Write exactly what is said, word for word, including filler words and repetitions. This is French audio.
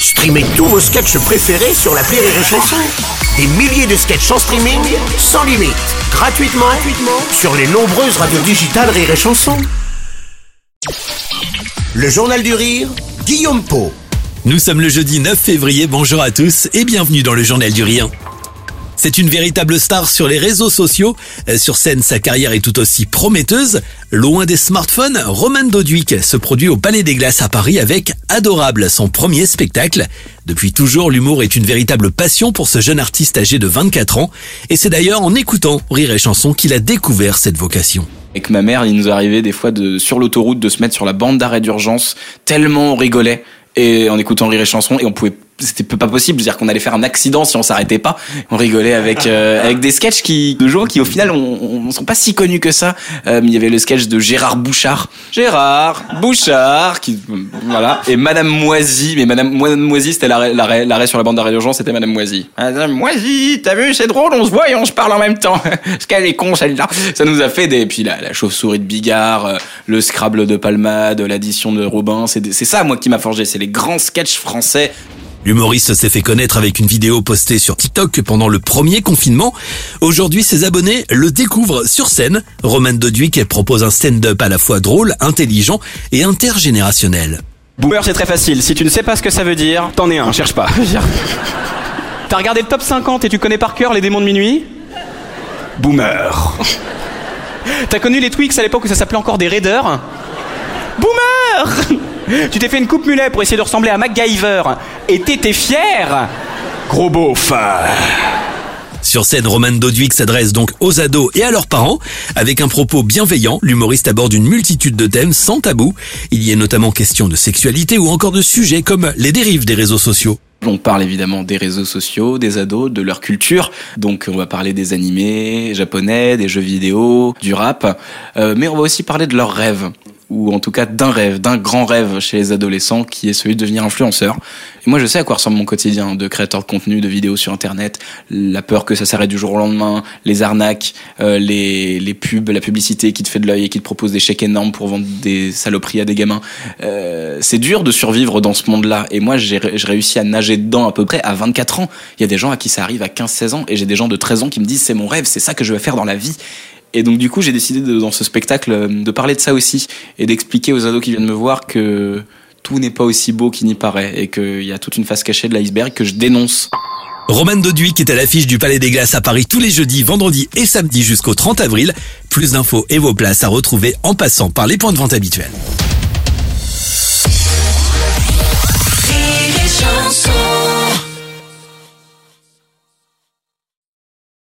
Streamez tous vos sketchs préférés sur l'appli Rire et Chanson. Des milliers de sketchs en streaming, sans limite, gratuitement, gratuitement sur les nombreuses radios digitales Rire et Chanson. Le Journal du Rire, Guillaume Pau. Nous sommes le jeudi neuf février, bonjour à tous et bienvenue dans le Journal du Rire. C'est une véritable star sur les réseaux sociaux. Sur scène, sa carrière est tout aussi prometteuse. Loin des smartphones, Roman Doduic se produit au Palais des Glaces à Paris avec Adorable, son premier spectacle. Depuis toujours, l'humour est une véritable passion pour ce jeune artiste âgé de vingt-quatre ans. Et c'est d'ailleurs en écoutant Rire et Chanson qu'il a découvert cette vocation. Avec ma mère, il nous arrivait des fois de, sur l'autoroute de se mettre sur la bande d'arrêt d'urgence, tellement on rigolait. Et en écoutant Rire et Chanson, et on pouvait, c'était pas possible, c'est-à-dire qu'on allait faire un accident si on s'arrêtait pas. On rigolait avec euh, avec des sketchs qui de jour qui au final on, on sont pas si connus que ça. Euh, il y avait le sketch de Gérard Bouchard, Gérard Bouchard, qui voilà, et Madame Moisy, mais Madame, Madame Moisy c'était l'arrêt, l'arrêt, l'arrêt sur la bande d'arrêt d'urgence, c'était Madame Moisy. Madame Moisy, t'as vu, c'est drôle, on se voit et on se parle en même temps. Parce qu'elle est con celle-là. Ça nous a fait des, puis la, la chauve-souris de Bigard, euh, le Scrabble de Palmade, l'addition de Robin, c'est des, c'est ça moi qui m'a forgé, c'est les grands sketchs français. L'humoriste s'est fait connaître avec une vidéo postée sur TikTok pendant le premier confinement. Aujourd'hui, ses abonnés le découvrent sur scène. Roman Doduic propose un stand-up à la fois drôle, intelligent et intergénérationnel. Boomer, c'est très facile. Si tu ne sais pas ce que ça veut dire, t'en es un, cherche pas. T'as regardé le top cinquante et tu connais par cœur les démons de minuit ? Boomer. T'as connu les Twix à l'époque où ça s'appelait encore des Raiders ? Boomer. Tu t'es fait une coupe mulet pour essayer de ressembler à MacGyver et t'étais fier ? Gros beauf. Sur scène, Roman Doduic s'adresse donc aux ados et à leurs parents. Avec un propos bienveillant, l'humoriste aborde une multitude de thèmes sans tabou. Il y est notamment question de sexualité ou encore de sujets comme les dérives des réseaux sociaux. On parle évidemment des réseaux sociaux, des ados, de leur culture. Donc on va parler des animés japonais, des jeux vidéo, du rap. Euh, mais on va aussi parler de leurs rêves. Ou en tout cas d'un rêve, d'un grand rêve chez les adolescents qui est celui de devenir influenceur. Et moi je sais à quoi ressemble mon quotidien de créateur de contenu, de vidéos sur internet, la peur que ça s'arrête du jour au lendemain, les arnaques, euh, les, les pubs, la publicité qui te fait de l'œil et qui te propose des chèques énormes pour vendre des saloperies à des gamins. Euh, c'est dur de survivre dans ce monde-là et moi j'ai, j'ai réussi à nager dedans à peu près à vingt-quatre ans. Il y a des gens à qui ça arrive à quinze seize ans et j'ai des gens de treize ans qui me disent c'est mon rêve, c'est ça que je veux faire dans la vie. Et donc du coup j'ai décidé de, dans ce spectacle de parler de ça aussi et d'expliquer aux ados qui viennent me voir que tout n'est pas aussi beau qu'il n'y paraît et qu'il y a toute une face cachée de l'iceberg que je dénonce. Roman Doduic est à l'affiche du Palais des Glaces à Paris tous les jeudis, vendredis et samedis jusqu'au trente avril. Plus d'infos et vos places à retrouver en passant par les points de vente habituels.